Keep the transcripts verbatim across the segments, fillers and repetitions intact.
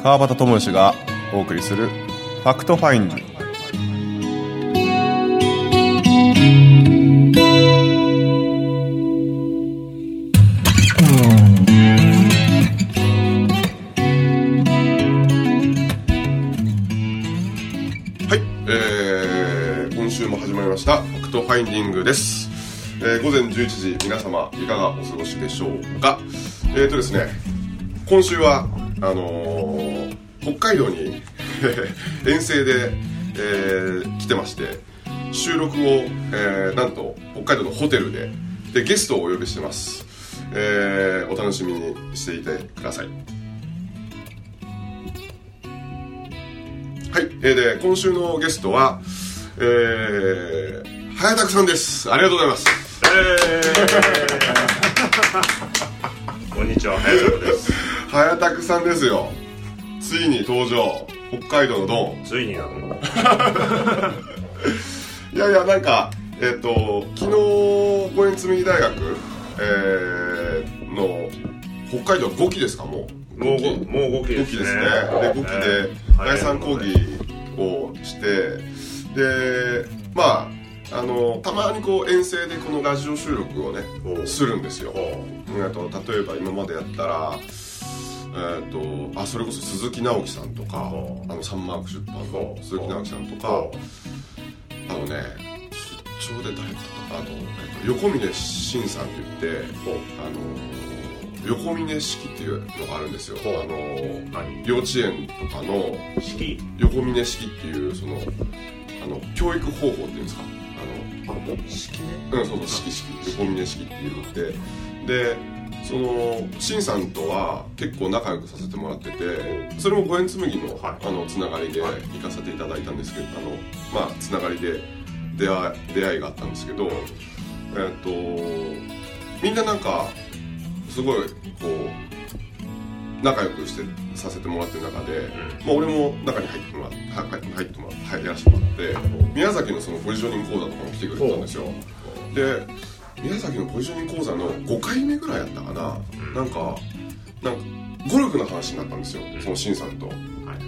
川端智義がお送りするファクトファインディ。 はい、えー、今週も始まりましたファクトファインディングです。えー、午前じゅういちじ、皆様いかがお過ごしでしょうか。えーとですね、今週はあのー、北海道に遠征で、えー、来てまして、収録を、えー、なんと北海道のホテルででゲストをお呼びしてます。えー、お楽しみにしていてください。はい、えー、で今週のゲストは、えー、早田さんです。ありがとうございます。 えー、こんにちは、早田です。 早田さんですよ。ついに登場、北海道のドン。 ついになのいやいや、なんかえっ、ー、と昨日五円紬大学、えー、の北海道ごきですか。もうもう 5, もうごきですね。 でごきでだいさん講義をして、でまああのたまにこう遠征でこのラジオ収録をねするんですよ。あと例えば今までやったら、えー、とあそれこそ鈴木直樹さんとか、あのサンマーク出版の鈴木直樹さんとか、あのね出張で誰かとか、あと、えー、と横峯慎さんって言って、あの横峯式っていうのがあるんですよ。あの幼稚園とかの式、横峯式っていうそのあの教育方法っていうんですか。 あの式ね。 うん、そうそう、式式横峯式っていうので、でその慎さんとは結構仲良くさせてもらってて、それも五円紬の、はい、あのつながりで行かせていただいたんですけど、あのまあつながりで出会い、出会いがあったんですけど、えー、っとみんななんかすごいこう仲良くしてさせてもらってる中で、うん、まあ、俺も中に入ってもらって入ってもらって入らせてもらって、宮崎のそのポジショニング講座とかも来てくれてたんですよ。で宮崎のポジショニング講座のごかいめぐらいやったかな、うん、なんかなんかゴルフの話になったんですよ、うん、そのシンさんと、はい、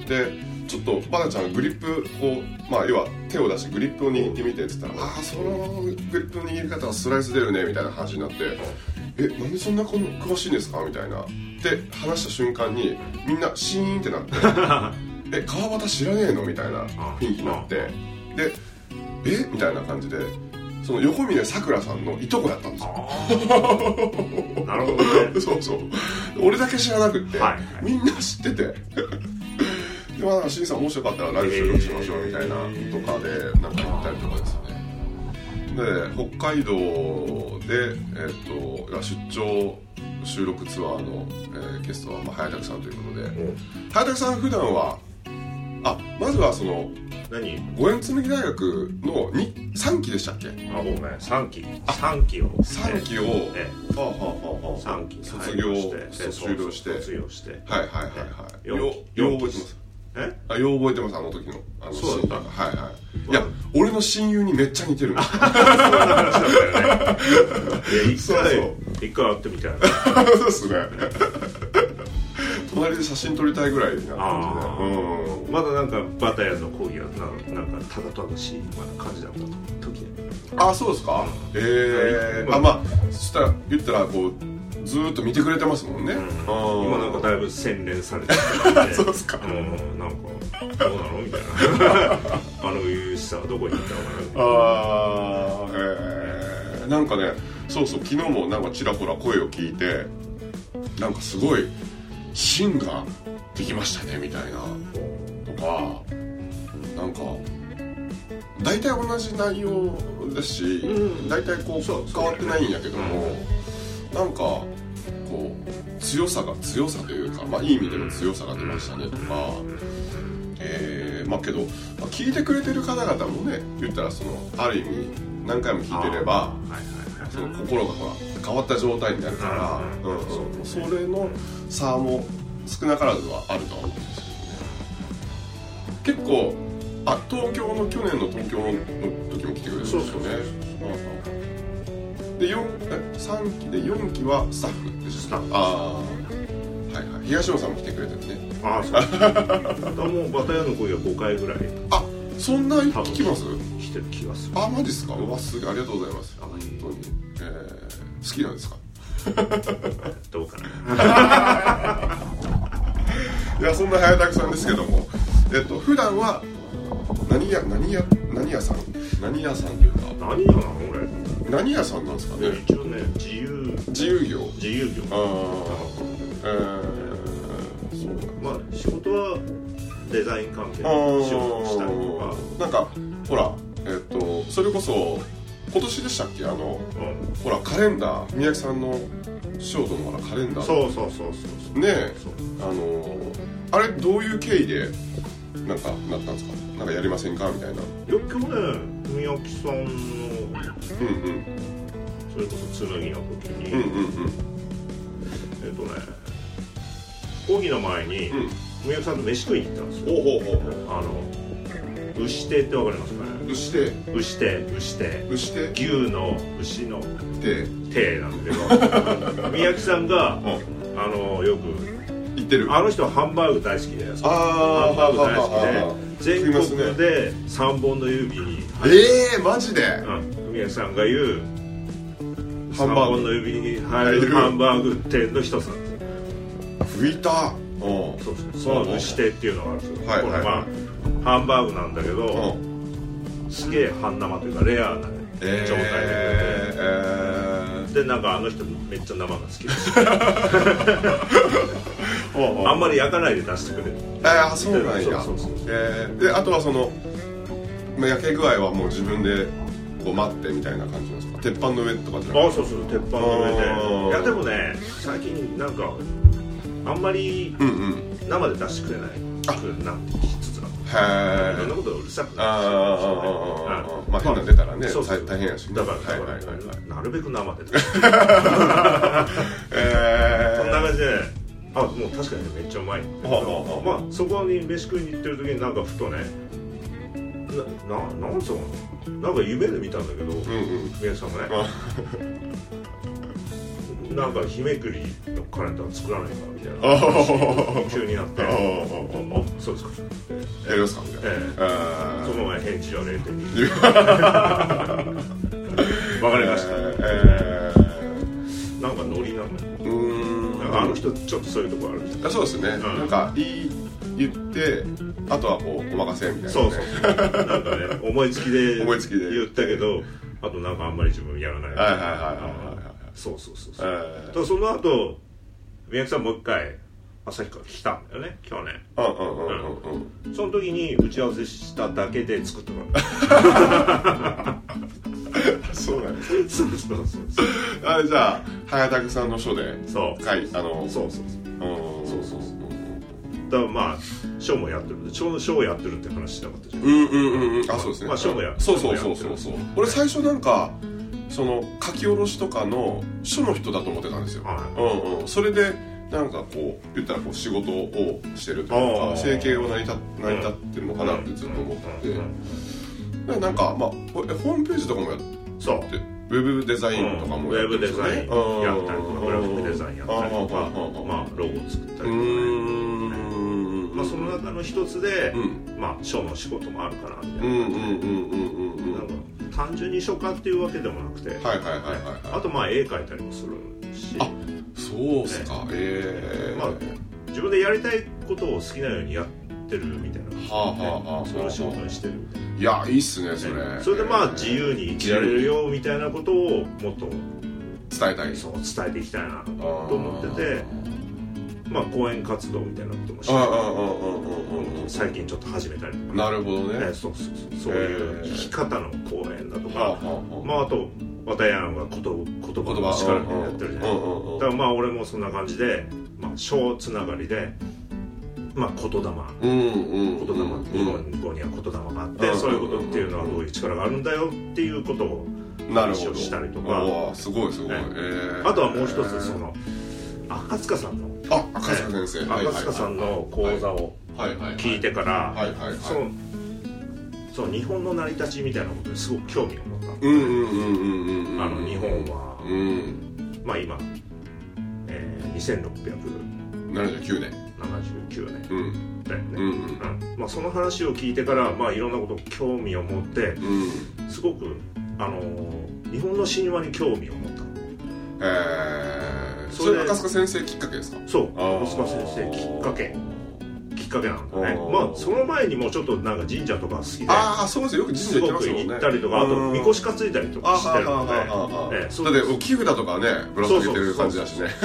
でちょっとバナちゃんグリップこう、まあ要は手を出してグリップを握ってみてって言ったら、ああそのグリップの握り方はスライス出るねみたいな話になって、え、なんでそんな詳しいんですかみたいなって話した瞬間にみんなシーンってなってえ、川端知らねえのみたいな雰囲気になって、でえみたいな感じで、その横峯さくらさんのいとこやったんですよ。 なるほどね。 そうそう、俺だけ知らなくって、はいはい、みんな知っててで、まあ、しんさんもしよかったらライブ収録しましょうみたいなとかでなんか行ったりとかですね。で北海道で、えー、と出張収録ツアーの、えー、ゲストは、まあ、早田さんということで、うん、早田さん普段はあまずはその何五円紬大学のさんきでしたっけ。 あ、ごめん、さんきさんきをさんきを、ええ、はあはあはあ、さんき卒業して卒業して卒業してはいはいはいはい、よう覚えてます。えあ、よう覚えてます。あの時のあのそうだった。 はいはい。いや、俺の親友にめっちゃ似てるんですよ。 そんな話だったよね。いや、一回一回会ってみたいな。 そうですね。隣で写真撮りたいぐらいな感じで、うん、まだなんかバタヤの講義はな、なんかただただしいまだ感じだった時で。 あ、そうですか。うん、ええー、あ、まあそしたら言ったらこうずーっと見てくれてますもんね。うん、 今なんかだいぶ洗練されてるんで。そうですか。 うん、なんかどうなのみたいな。あの優しさはどこに行ったのかなみたいな。 ああ、えー、なんかね、そうそう、昨日もなんかちらほら声を聞いて、なんかすごい芯ができましたねみたいなとか、なんか大体同じ内容ですし、うん、大体こう変わってないんやけども、うん、なんかこう強さが強さというか、まあいい意味での強さが出ましたねとか、えー、まあけど、まあ、聞いてくれてる方々もね、言ったらそのある意味何回も聞いてれば、その心がほら変わった状態になるから、うんうん、それの差も少なからずはあるとは思うんですけどね。結構あ、東京の去年の東京の時も来てくれるんですよね。そうそうそうでよんえさんきでよんきはスタッフでした。ああ、はいはいはい、東野さんも来てくれてるね。 ああそうもうバタヤの声がごかいぐらいあそんなに聞きます来てる気がする。 あマジですか。うわすげえありがとうございます。本当に、えー、好きなんですかどうかないやそんな早田さんですけども、えっと普段は何屋何屋何屋さん何屋さんっていうか何屋なの俺何屋さんなんですかね。 一応ね自由自由業自由業ああえー、そうまあ仕事はデザイン関係の仕事をしたりとかなんかほらえっとそれこそ今年でしたっけあの、うん、ほらカレンダー宮城さんのショートのほらカレンダーそうそうそうそうねえあのあれどういう経緯でなんかなったんですか。なんかやりませんかみたいな。 よくね宮城さんの、うんうん、それこそ紬の時に、うんうんうん、えっとね講義の前に、うん、宮城さんと飯食いに行ったんですよ。ほうほうほうあの牛手ってわかりますかね。 牛手牛手牛手牛手牛の牛の手手なんだけど宮城さんが、うん、あのよく言ってる。 あの人はハンバーグ大好きでハンバーグ大好きで全国でさんぼんの指にえーマジで、 うん、宮城さんが言うさんぼんの指に入るハンバーグ店の一つなんですよ。 浮いたそうそうその牛手っていうのがあるんですよ。 はいはい、 これまあハンバーグなんだけどすげえ半生というかレアな、ねえー、状態で、えー、でなんかあの人めっちゃ生が好きですあんまり焼かないで出してくれる。 ああそうなんや。 そうそうそう、 えー、であとはその、まあ、焼け具合はもう自分でこう待ってみたいな感じなんですか。鉄板の上とかじゃなくて。 あそうそう鉄板の上で。いやでもね最近なんかあんまり生で出してくれない、うんうん、なんてきつつなへえいろんなことうるさくなる。ああまあ変な出たらね、まあ、大変やし、ね、 だから、はいはいはいはい、なるべく生で出してくれえそんな感じであもう確かにめっちゃうまいんだけどまあそこに飯食いに行ってる時になんかふとねな、な、なんつうのなんか夢で見たんだけど、うんうん、宮さんがねなんか日めくりのカレンダー作らないかみたいな話急になってあそうですかやりますかみたいな、ええ、その前返事はれいてんにわかりました、えー、なんかノリなのうーんなんかあの人ちょっとそういうとこあるんですそうですね、うん、なんかいい言ってあとはこうお任せみたいな、ね、 そうそうなんかね思いつきで思いつきで言ったけどあとなんかあんまり自分やらないはいはいはいはいそうそうそうそう、えー、その後宮城さんもう一回旭川来たんだよね去年。うんうんうんうん、その時に打ち合わせしただけで作ってもらったそうなんですそうそうそうそうあれじゃあ早田さんの書でそうかいあのそうそうそうそうそうそうだからまあショーもやってるショーショーやってるって話しなかったじゃん。うんうんうんうんあそうですね。 まあショーもやそうそうそうそうそう俺最初なんかその書き下ろしとかの書の人だと思ってたんですよ、はいうんうん、それでなんかこう言ったらこう仕事をしてるというか生計を成り立成り立ってるのかなってずっと思ってて、うん、なんかまあホームページとかもやってそうウェブデザインとかもやってる、ね、ウェブデザインやったりとかグラフィックデザインやったりとかまあロゴ作ったりとかねまあその中の一つで、うん、まあ書の仕事もあるかなみたいななんか単純に書家っていうわけでもなくて、はいはいはいはい、はい、あとまあ絵描いたりもするし、 あ、そうっすか、ね、えー、 まあ自分でやりたいことを好きなようにやってるみたいな、はあはあはあ、そういう仕事にしてるみたいな。 いやいいっすねそれ、ね、 それでまあ自由に生きられるよみたいなことをもっと伝えたい、 そう伝えていきたいなと思ってて、まあ講演活動みたいなこともして最近ちょっと始めたりとか、 なるほどね、 そうそうそうそういう生き方の講演だとか、まああとワタヤンは言葉の力みたいなやってるじゃない。だからまあ俺もそんな感じで、まあ小つながりで、まあ言霊、言霊、日本語には言霊があって、そういうことっていうのはどういう力があるんだよっていうことを話をしたりとか、 すごいすごい。 あとはもう一つその赤塚さんの。 あ、赤塚先生、 赤塚さんの講座を聞いてからそのその日本の成り立ちみたいなことにすごく興味を持った。あの日本は、うん、まあ今、えー、にせんろっぴゃくななじゅうきゅうねんななじゅうきゅうねん、 うん、 だよね、 うんうんうんまあ、その話を聞いてから、まあ、いろんなこと興味を持って、 うん、 すごく、あのー、日本の神話に興味を持ったの。 えー、それ赤塚先生きっかけですか？ そう赤塚先生きっかけきっかけなんだね。まあその前にもちょっとなんか神社とか好きで、 ああそうですよ、よく神社行ってますもんね。 すごく行ったりとか、あとみこし担いだりとかしてるので、 ええ、だって木札とかねぶら下げてる感じだしね。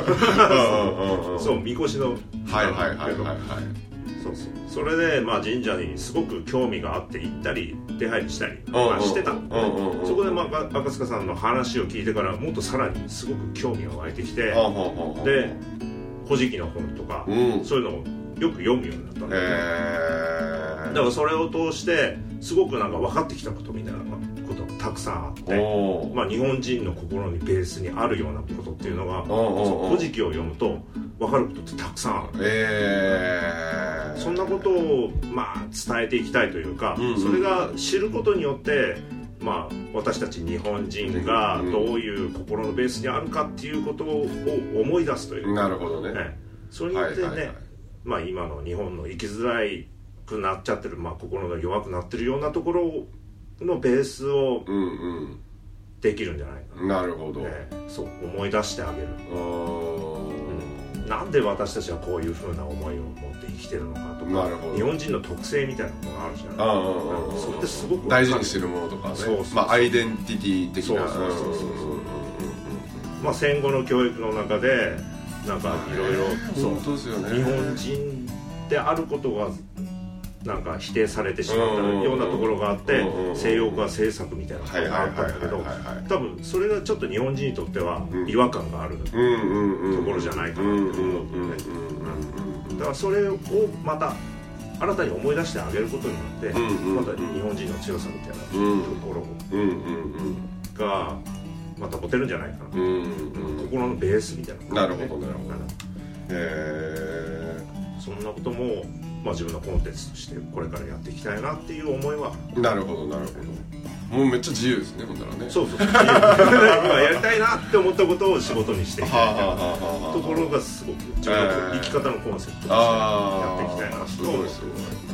そうみこしのはいはいはいはいはい。 そうそう。それでまあ神社にすごく興味があって行ったり出入りしたりまあしてた。そこでまあ赤塚さんの話を聞いてからもっとさらにすごく興味が湧いてきて、で古事記の本とかそういうのをよく読むようになったんだよね。だからそれを通してすごくなんか分かってきたことみたいなことがたくさんあって、まあ日本人の心にベースにあるようなことっていうのが古事記を読むと分かることってたくさんある。えー、そんなことをまあ伝えていきたいというか、うんうん、それが知ることによってまあ私たち日本人がどういう心のベースにあるかっていうことを思い出すというか、 なるほどね。 ね、それによってね、はいはいはい、まあ今の日本の生きづらいくなっちゃってる、まあ心が弱くなってるようなところのベースをできるんじゃないかな。 うんうん、なるほど、 ね。そう思い出してあげる。うん、なんで私たちはこういう風な思いを持って生きてるのかとか、 なるほど、 日本人の特性みたいなものがあるじゃない。ああ、それってすごく大事にしてるものとかね。そうそうそう、まあアイデンティティ的な。そうそうそうそうそう。 まあ戦後の教育の中でなんかいろいろ本当ですよね。 日本人であることがなんか否定されてしまったようなところがあって、西洋化政策みたいなのがあったんだけど、多分それがちょっと日本人にとっては違和感があるところじゃないかなって思うんだよね。だからそれをまた新たに思い出してあげることによって、また日本人の強さみたいなところがまた持てるんじゃないかな。心のベースみたいな。 なるほどなるほど。へー、そんなこともまあ、自分のコンテンツとしてこれからやっていきたいなっていう思いは。 なるほどなるほど。もうめっちゃ自由ですね、ほんならね。 そうそうそう今やりたいなって思ったことを仕事にしていきたいところがすごく自分の生き方のコンセプトとしてやっていきたいなと思って。すごいすごい。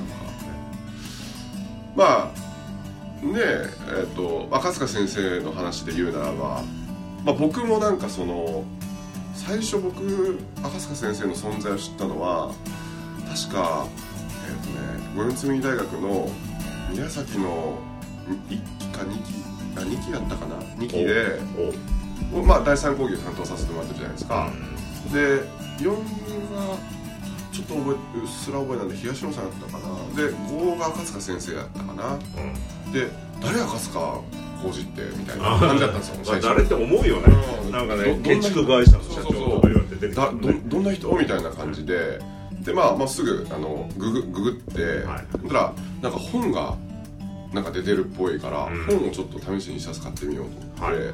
まあねえ、えー、と赤塚先生の話で言うならば、まあ、僕もなんかその最初僕赤塚先生の存在を知ったのは確か、えーとね、五四つみ大学の宮崎のいっきかにきあにきだったかなにきで、まあ、だいさん講義を担当させてもらったじゃないですか。でよんはちょっと覚えうっすら覚えなんで東野さんだったかな。でごが赤塚先生だったかな、うん、で誰赤塚浩二ってみたいな感じだったんですよ最初。 誰って思うよね、うん、なんかね建築会社の社長とか言われて出てきた、ね、 ど, どんな人みたいな感じで、でまあ、まあ、すぐあのググググって、はい、たらなんか本がなんか出てるっぽいから、うん、本をちょっと試しに一冊買ってみようと思って、はいはいはい、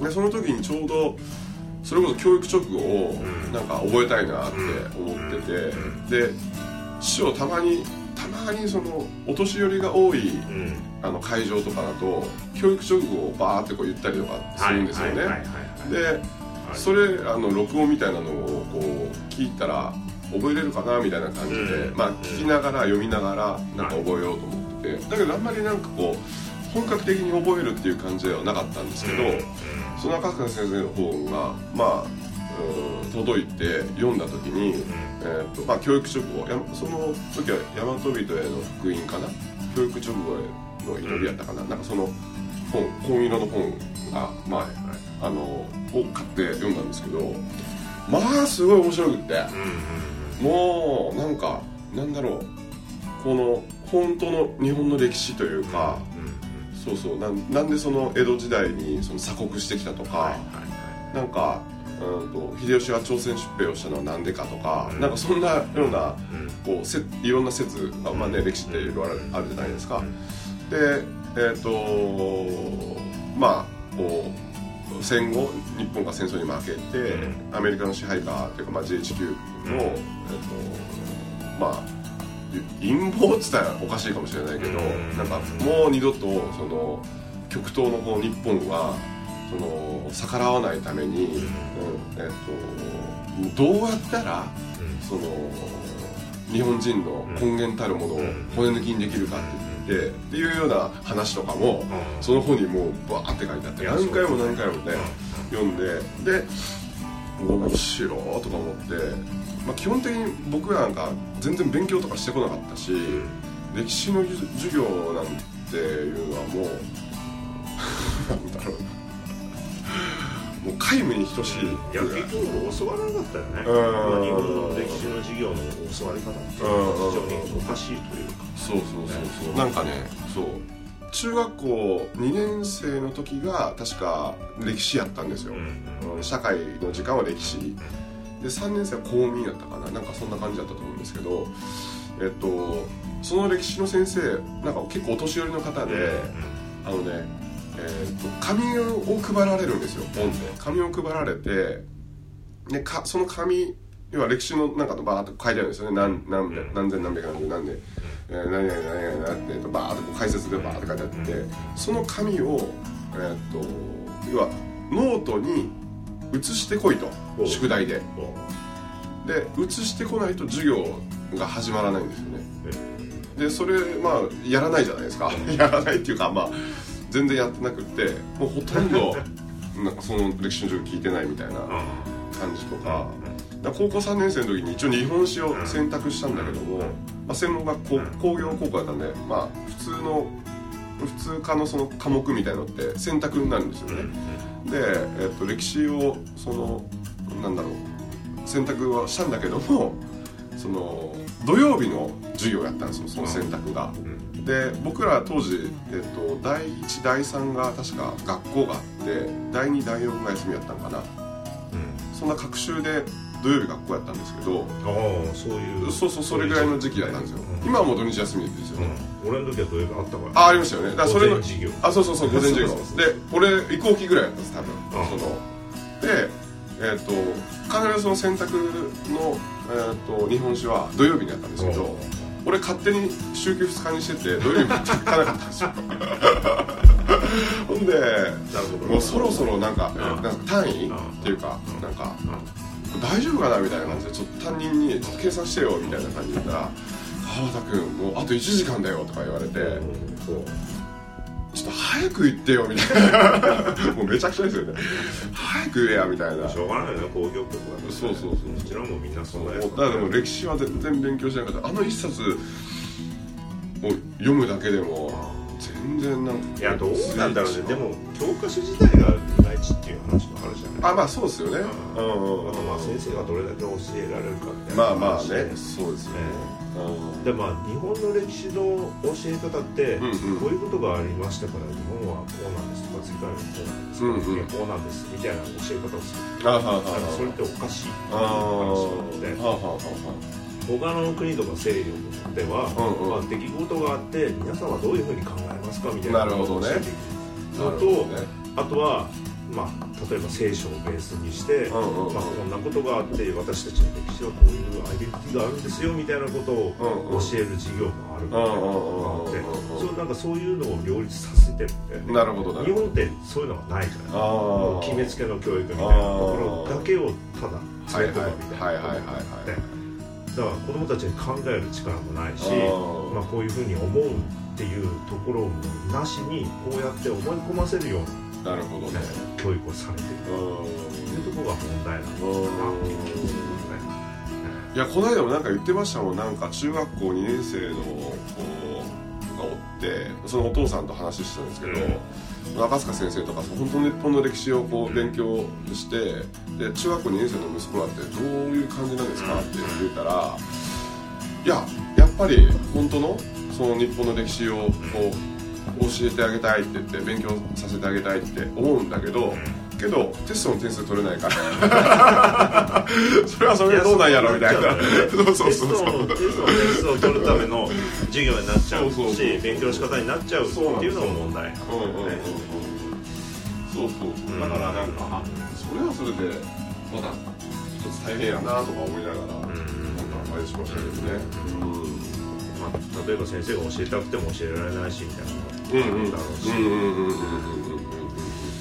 でその時にちょうどそれこそ教育直後をなんか覚えたいなって思ってて、うん、で師匠たまにたまにそのお年寄りが多い、うん、あの会場とかだと教育直後をバーってこう言ったりとかするんですよね。でそれあの録音みたいなのをこう聞いたら覚えれるかなみたいな感じで、うん、まあ聞きながら読みながらなんか覚えようと思ってて、だけどあんまりなんかこう本格的に覚えるっていう感じではなかったんですけど、うん、その赤塚先生の本がまあ届いて読んだ時に、うんえーとまあ、教育直後その時は大和人への福音かな、教育直後への祈りやったかな、うん、なんかその本紺色の本が、まあはいはい、あのを買って読んだんですけど、まあすごい面白くって、うんうん、もうなんかなんだろうこの本当の日本の歴史というか、うんうん、そうそう な, なんでその江戸時代にその鎖国してきたとか、はいはいはい、なんかうんと秀吉が朝鮮出兵をしたのはなんでかとか、うん、なんかそんなような、うん、こうせいろんな説が、まあね、歴史っていろいろある、あるじゃないですか、うん、でえっ、ー、とまあこう戦後日本が戦争に負けて、うん、アメリカの支配下というか、まあ、ジェイエイチキュー の、うんえーとまあ、陰謀って言ったらおかしいかもしれないけど、うん、なんかもう二度とその極東のこう日本はその逆らわないために、うんうんえー、とどうやったら、うん、その日本人の根源たるものを骨抜きにできるかって言って、うん、っていうような話とかも、うん、その本にもうバーって書いてあって何回も何回もね、うん、読んでで面白いとか思って、まあ、基本的に僕なんか全然勉強とかしてこなかったし、うん、歴史の授業なんていうのはもうなんだろうもう皆無に等しい。いや結局教わらなかったよね、うんまあ、日本の歴史の授業の教わり方って非常におかしいというか、 そうそうそうそう、なんかね、そう中学校にねん生の時が確か歴史やったんですよ、うんうん、社会の時間は歴史でさんねん生は公民やったかな、なんかそんな感じだったと思うんですけど、えっとその歴史の先生なんか結構お年寄りの方で、うんうん、あのねえー、と紙を配られるんですよ。本で紙を配られてでかその紙要は歴史のなんかとバーッと書いてあるんですよね。何何百何千何百何十何で、えー、何々何々何ってバーッとこう解説でバーッと書いてあってその紙を、えー、と要はノートに写してこいと宿題でで写してこないと授業が始まらないんですよね。でそれまあやらないじゃないですかやらないっていうかまあ全然やってなくってもうほとんどなんかその歴史の授業聞いてないみたいな感じとか、だから高校さんねん生の時に一応日本史を選択したんだけども、まあ、専門学校工業高校だったんで、まあ、普通の普通科のその科目みたいなのって選択になるんですよね。で、えっと、歴史をそのなんだろう選択はしたんだけどもその土曜日の授業をやったんですよその選択が。で僕ら当時、えっと、だいいちだいさんが確か学校があってだいにだいよんが休みやったんかな、うん、そんな隔週で土曜日学校やったんですけど、 ああそういうそうそうそれぐらいの時期だったんですよ、うん、今はもう土日休みですよね、 うん、俺の時は土曜日あったからあありましたよね。だからそれの午前授業あそうそうそう午前授業で俺移行期ぐらいだったんです多分そのでえっと必ずその選択の、えー、と日本史は土曜日にやったんですけど俺勝手に週休ふつかにしてて土曜日に行かなかったんですよほんでもうそろそろなんか、うん、なんか単位っていうかなんか大丈夫かなみたいな感じでちょっと担任にちょっと計算してよみたいな感じで言ったら川田君もうあといちじかんだよとか言われて、うん、ちょっと早く言ってよみたいなもうめちゃくちゃですよね早く言えやみたいな。 しょうがないよね工業国だから、ね、 そうそうそうこちらもみんなそうだよ。 だからでも歴史は全然勉強しなかった。あの一冊を読むだけでも全然なんかいやどうなんだろうね。でも教科書自体がいまいちっていう話もあるじゃない。 あまあそうですよね。 うんうんうん、あとまあ先生がどれだけ教えられるかってまあまあねそうですよね。 でまあ日本の歴史の教え方って、うんうん、こういうことがありましたから日本はこうなんですとか世界はこうなんですとか、うんうん、こうなんですみたいな教え方をする。あはははそれっておかしいっていう話なので他の国とか勢力では、うんうんまあ、出来事があって皆さんはどういうふうに考えますかみたいなことを教えていくのと、ね、あとはまあ、例えば聖書をベースにして、うんうんまあ、こんなことがあって私たちの歴史はこういうアイデンティティがあるんですよみたいなことを教える授業もあるので、そうなんかそういうのを両立させてるんで、 なるほど日本ってそういうのがないじゃない。もう決めつけの教育みたいなところだけをただ詰め込むみたいなことがあってだから子どもたちに考える力もないしまあ、こういうふうに思うっていうところもなしにこうやって思い込ませるようななるほどね、 教育をされているというところが問題なんだろうなっていう気がするんですね。 いやこの間もなんか言ってましたもん。なんか中学校にねん生の子がおってそのお父さんと話してたんですけど、うん、赤塚先生とか本当に日本の歴史をこう勉強してで中学校にねん生の息子なんてどういう感じなんですかって言ったら、いややっぱり本当のその日本の歴史をこう教えてあげたいって言って勉強させてあげたいって思うんだけど、けどテストの点数取れないからそれはそれでどうなんやろみたいな。そうそうそうそうテストの点数を取るための授業になっちゃうし勉強の仕方になっちゃうっていうのが問題なんですよね。 そうそうだからなんかそれはそれでまだ一つ大変やなとか思いながらなんかあれしましたけどね。うんまあ、例えば先生が教えたくても教えられないしみたいなのがあるだろうし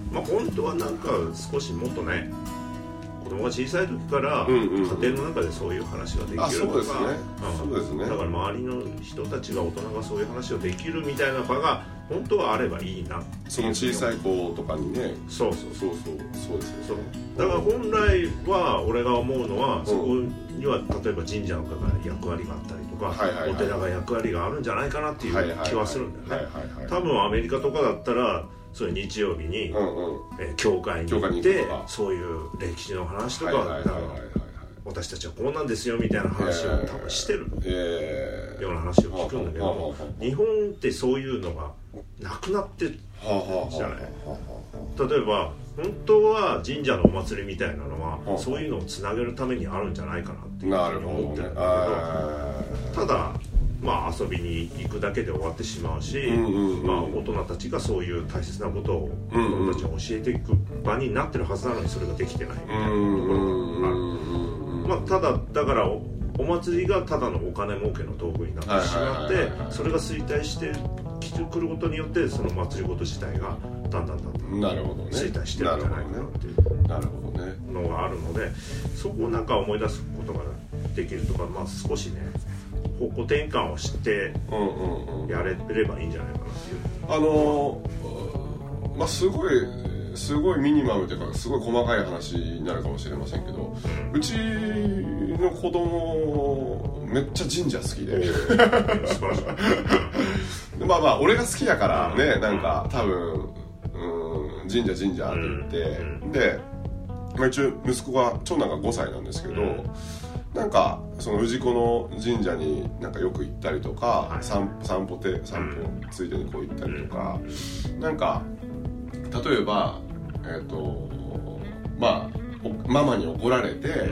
まあ本当はなんか少しもっとね子供が小さい時から家庭の中でそういう話ができるとか、 そうですね、そうですね。 だから周りの人たちが大人がそういう話をできるみたいな場が本当はあればいいな。 その小さい子とかにね。 そうそうそうそうそうですよ。 だから本来は俺が思うのは、うん、そこには例えば神社の方が役割があったりとか、はいはいはい、お寺が役割があるんじゃないかなっていう気はするんだよね。多分アメリカとかだったらそれ日曜日に、うんうんえー、教会に行ってそういう歴史の話とか、私たちはこうなんですよみたいな話を多分してる、えー、ような話を聞くんだけど、日本ってそういうのがなくなってるじゃない。例えば本当は神社のお祭りみたいなのはそういうのをつなげるためにあるんじゃないかなっていうふうに思ってるんだけど、ただまあ遊びに行くだけで終わってしまうし、うんうんうん、まあ大人たちがそういう大切なことを子供たちに教えていく場になってるはずなのにそれができてないみたいなところがある。まあただだからお祭りがただのお金儲けの道具になってしまってそれが衰退してくることによってその祭りごと自体がだんだんだんだん衰退してるんじゃないかなっていうのがあるので、そこをなんか思い出すことができるとか、まあ少しね方向転換をしてやれればいいんじゃないかなっていう、 うんうんうん、あのー、まあすごいすごいミニマムというかすごい細かい話になるかもしれませんけど、うん、うちの子供めっちゃ神社好きで素晴らしいまあまあ俺が好きだからね、うん、なんか多分、うん、神社神社って言って、うん、で、まあ、一応息子が長男がごさいなんですけど、うんなんかその氏子の神社になんかよく行ったりとか、はい、散, 散歩て散歩ついでにこう行ったりとか、うん、なんか例えばえっ、ー、とまあママに怒られて、うん、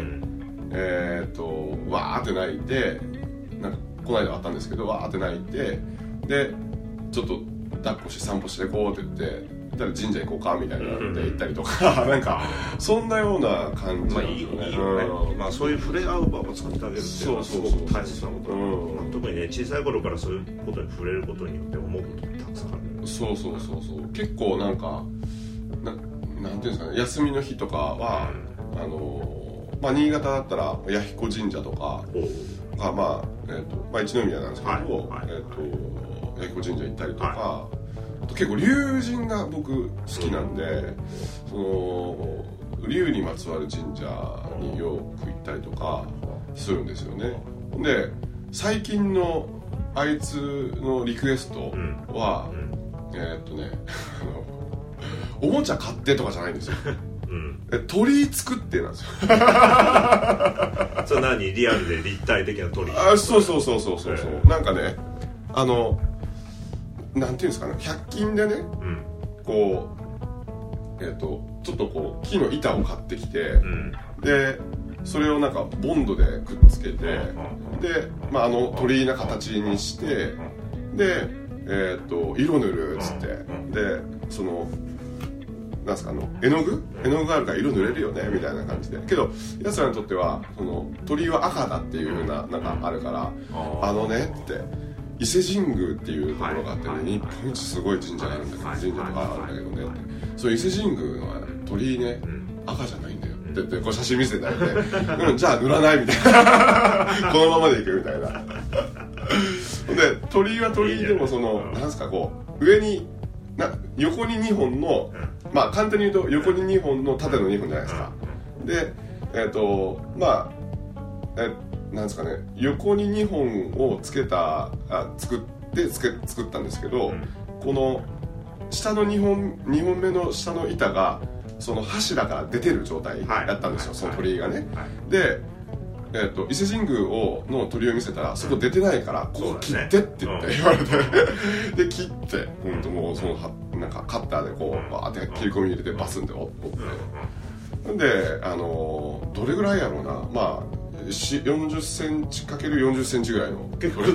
えっ、ー、とわーって泣いてなんかこの間あったんですけどわーって泣いてでちょっと抱っこして散歩してこうって言ってだから神社行こうかみたいなので行ったりとか、うん、なんかそんなような感じなんですよね。まあいいよね、 うん、まあそういう触れ合う場を作ってあげるっていうのはすごく大切なことだ、うんまあ、特にね小さい頃からそういうことに触れることによって思うことってたくさんある。 そうそうそうそう結構なんか な, なんていうんですかね休みの日とかは、うん、あのまあ新潟だったら弥彦神社とかがまあえっ、ー、とまあ一宮なんですけど、はいはい、えっ、ー、と弥彦神社行ったりとか。はい結構龍神が僕好きなんで、うん、その龍にまつわる神社によく行ったりとかするんですよね。で最近のあいつのリクエストは、うん、えー、っとねおもちゃ買ってとかじゃないんですよ、うん、え鳥居作ってなんですよそれ何リアルで立体的な鳥居あそうそうそうそうそうそう、えー、なんかねあのなんていうんですかねひゃく均でね、うん、こうえっ、ー、とちょっとこう木の板を買ってきて、うん、でそれをなんかボンドでくっつけて、うん、で、まあ、あの鳥居な形にして、でえっ、ー、と色塗るっつって、うん、でそのなんすかあの絵の具絵の具があるから色塗れるよねみたいな感じでけど奴らにとってはその鳥居は赤だっていう風ななんかあるから、うん、あのねって伊勢神宮っていうところがあってね、はい、日本一すごい神社があるんだけど、はい、神社とかあるんだけどね、はい、そう伊勢神宮の鳥居ね、うん、赤じゃないんだよって言ってこう写真見せていただいて、うん、じゃあ塗らないみたいなこのままでいくみたいなで鳥居は鳥居でもそのなんすかこう上にな横ににほんのまあ簡単に言うと横ににほんの縦のにほんじゃないですかでえっ、ー、とまあえなんですかね横ににほんをつけたあ作ってつけ作ったんですけど、うん、この下のにほんにほんめの下の板がその柱から出てる状態だったんですよ、はい、その鳥居がね、はい、で、えー、と伊勢神宮をの鳥居を見せたらそこ出てないからこう切ってって言って言われて、うん、で切って本当もうそのなんかカッターでこうバーって切り込み入れてバスンで折ってんであのー、どれぐらいやろうなまあよんじゅっセンチかけるよんじゅっセンチぐらいの結構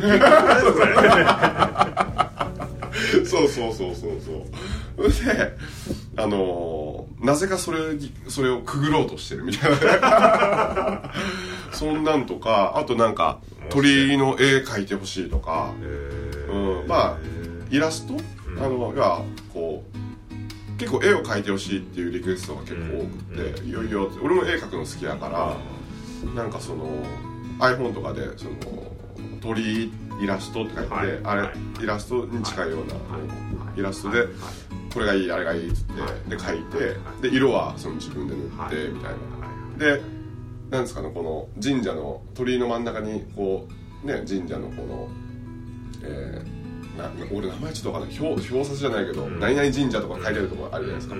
そうそうそうそうそうであのー、なぜかそれそれをくぐろうとしてるみたいなそんなんとかあとなんか鳥の絵描いてほしいとか、うん、まあイラスト、うん、あのがこう結構絵を描いてほしいっていうリクエストが結構多くて、うん、いよいよ俺も絵描くの好きだから、うん、なんかその iPhone とかでその鳥イラストって書いて、はい、あれ、はい、イラストに近いような、はい、イラストで、はい、これがいいあれがいいっつって、はい、で描いて、はい、で色はその自分で塗って、はい、みたいな、はい、でなんですかね、この神社の鳥居の真ん中にこうね、神社のこの、えー、な俺名前ちょっとわかんない、表表札じゃないけど、うん、何々神社とか書いてあるところあるじゃないですか、うん、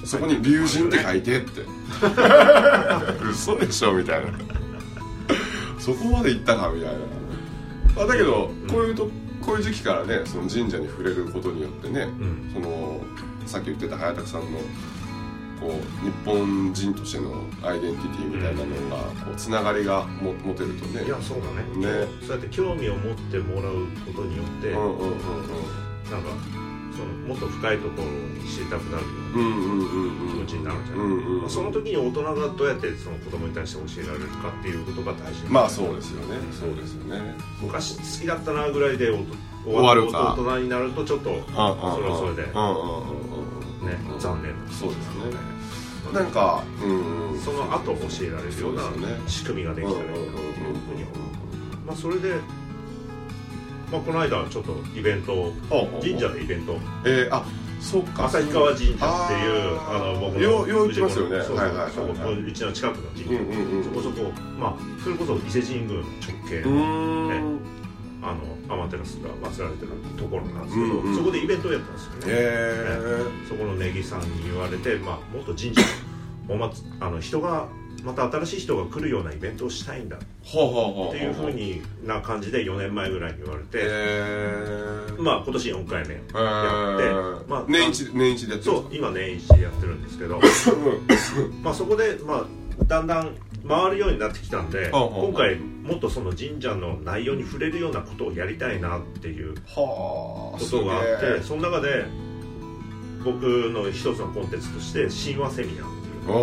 そこに龍神って書いてって嘘でしょみたいなそこまで行ったかみたいな。あだけど、うん、こういうとこういう時期からね、その神社に触れることによってね、うん、そのさっき言ってた早田さんのこう日本人としてのアイデンティティみたいなのが、うん、こうつながりがも持てるとね。 いやそうだね。ね、そうやって興味を持ってもらうことによって、うんうんうんうん、なんかそのもっと深いところに知りたくなるような気持ちになるんじゃない、うんうんうんまあ、その時に大人がどうやってその子供に対して教えられるかっていうことが大事。 まあそうですよね、うん、そうですよね。 昔好きだったなぐらいで終わるか大人になるとちょっとそれはそれで、ね、残念。 そうですね。なんか、うん、 その後教えられるような仕組みができたらいいなというふうに思う。まあそれで、まあこの間ちょっとイベント、神社でイベント、 えー、あ、そうか。 旭川神社っていうあの僕のよよう行きますよね。 そうそうそう、うちの近くの神社、そこそこまあそれこそ伊勢神宮の直系のね。あのアマテラスが祀られてるところなんですけど、うんうん、そこでイベントをやったんですよね、えーね、そこのネギさんに言われて、まあ、もっと神社おまつあの人がまた新しい人が来るようなイベントをしたいんだっていうふうにな感じでよねんまえぐらいに言われて、えー、まあ今年よんかいめやって、えーまあ、 年一年一でやってるんですか？ そう今年一でやってるんですけどまあそこで、まあ、だんだん回るようになってきたんで、今回もっとその神社の内容に触れるようなことをやりたいなっていうことがあって、その中で僕の一つのコンテンツとして神話セミナーっていうの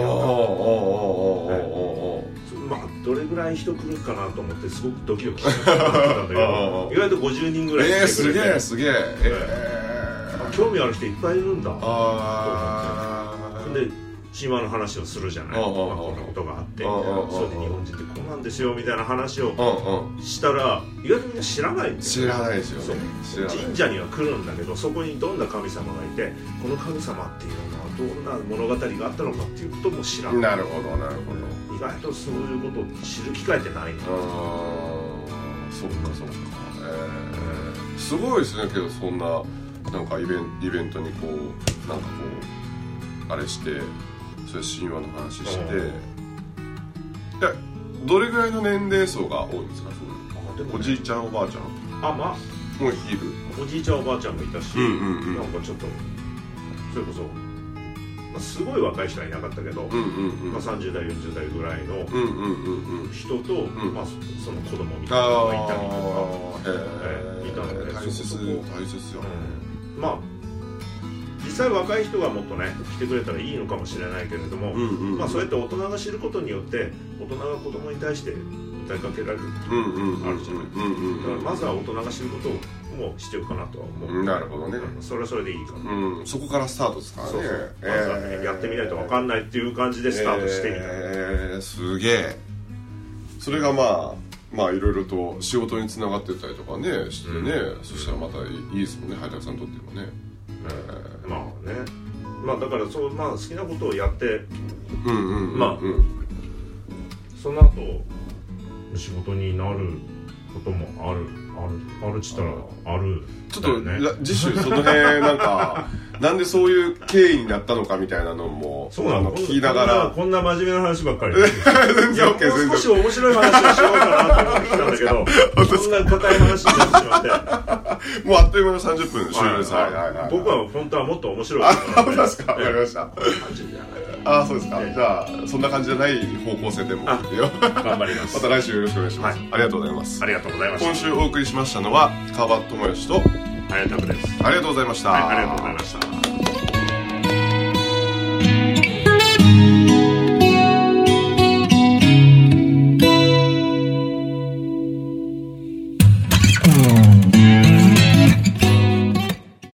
をやったんです。まあどれぐらい人来るかなと思ってすごくドキドキしてたんだけど意外とごじゅうにんぐらい来てくれて、 えー、すげえすげえ、えー、興味ある人いっぱいいるんだと思って、で神話の話をするじゃない、まあ、こんなことがあってみたいな、それで日本人ってこうなんですよみたいな話をしたら意外とみんな知らないんですよ。知らないですよね。 神社には来るんだけど、そこにどんな神様がいて、この神様っていうのはどんな物語があったのかっていうことも知らない。 なるほどなるほど。 意外とそういうことを知る機会ってないんだ。 ああ、そっかそっか、えー、すごいですね。けどそんななんかイベン、イベントにこうなんかこうあれしてそれ神話の話して、いやどれぐらいの年齢層が多いんですか？そういう、ね、おじいちゃんおばあちゃん、 あ、まあもういる、 おじいちゃんおばあちゃんもいたし、うんうんうん、なんかちょっとそれこそ、まあ、すごい若い人はいなかったけど、うんうんうん、まあ、さんじゅうだいよんじゅうだいぐらいの人と、うんうんうん、まあ、その子供みたいなのがいたりとか、えー、いたので、 大切、そこ大切よ、 うん、まあ実際若い人がもっとね来てくれたらいいのかもしれないけれども、うんうんうん、まあ、そうやって大人が知ることによって大人が子供に対して訴えかけられるっていうのがあるじゃない。だからまずは大人が知ることをもう必要かなとは思う、 うん、なるほどね、 それはそれでいいかな、 うん、そこからスタートですからね。そうそう、 まずはね、えー、やってみないと分かんないっていう感じでスタートしてみたいな、 えー、すげえ。それがまあまあいろいろと仕事につながってたりとかねしてね、うん、そしたらまたいいですもんね、早田さんにとってもね。 えー、まあね、まあだからそう、まあ、好きなことをやって、 うんうんうんうん、 まあその後仕事になることもあるあるあるっつったらある。 ちょっと、ね、次週その辺なんかなんでそういう経緯になったのかみたいなのもそうなの聞きながら、 こんな真面目な話ばっかりでいやもう少し面白い話をしようかなと思ってきたんだけどこんな硬い話になってしまってもうあっという間のさんじゅっぷん終了です。はいはいはい。 僕は本当はもっと面白いあ、本当ですか。わかりました。あ、そうですか。じゃあそんな感じじゃない方向性でも頑張ります。 また来週よろしくお願いします。ありがとうございます。 ありがとうございました。 今週お送りしましたのは川端智義と早田です。 ありがとうございました。 はい、ありがとうございました。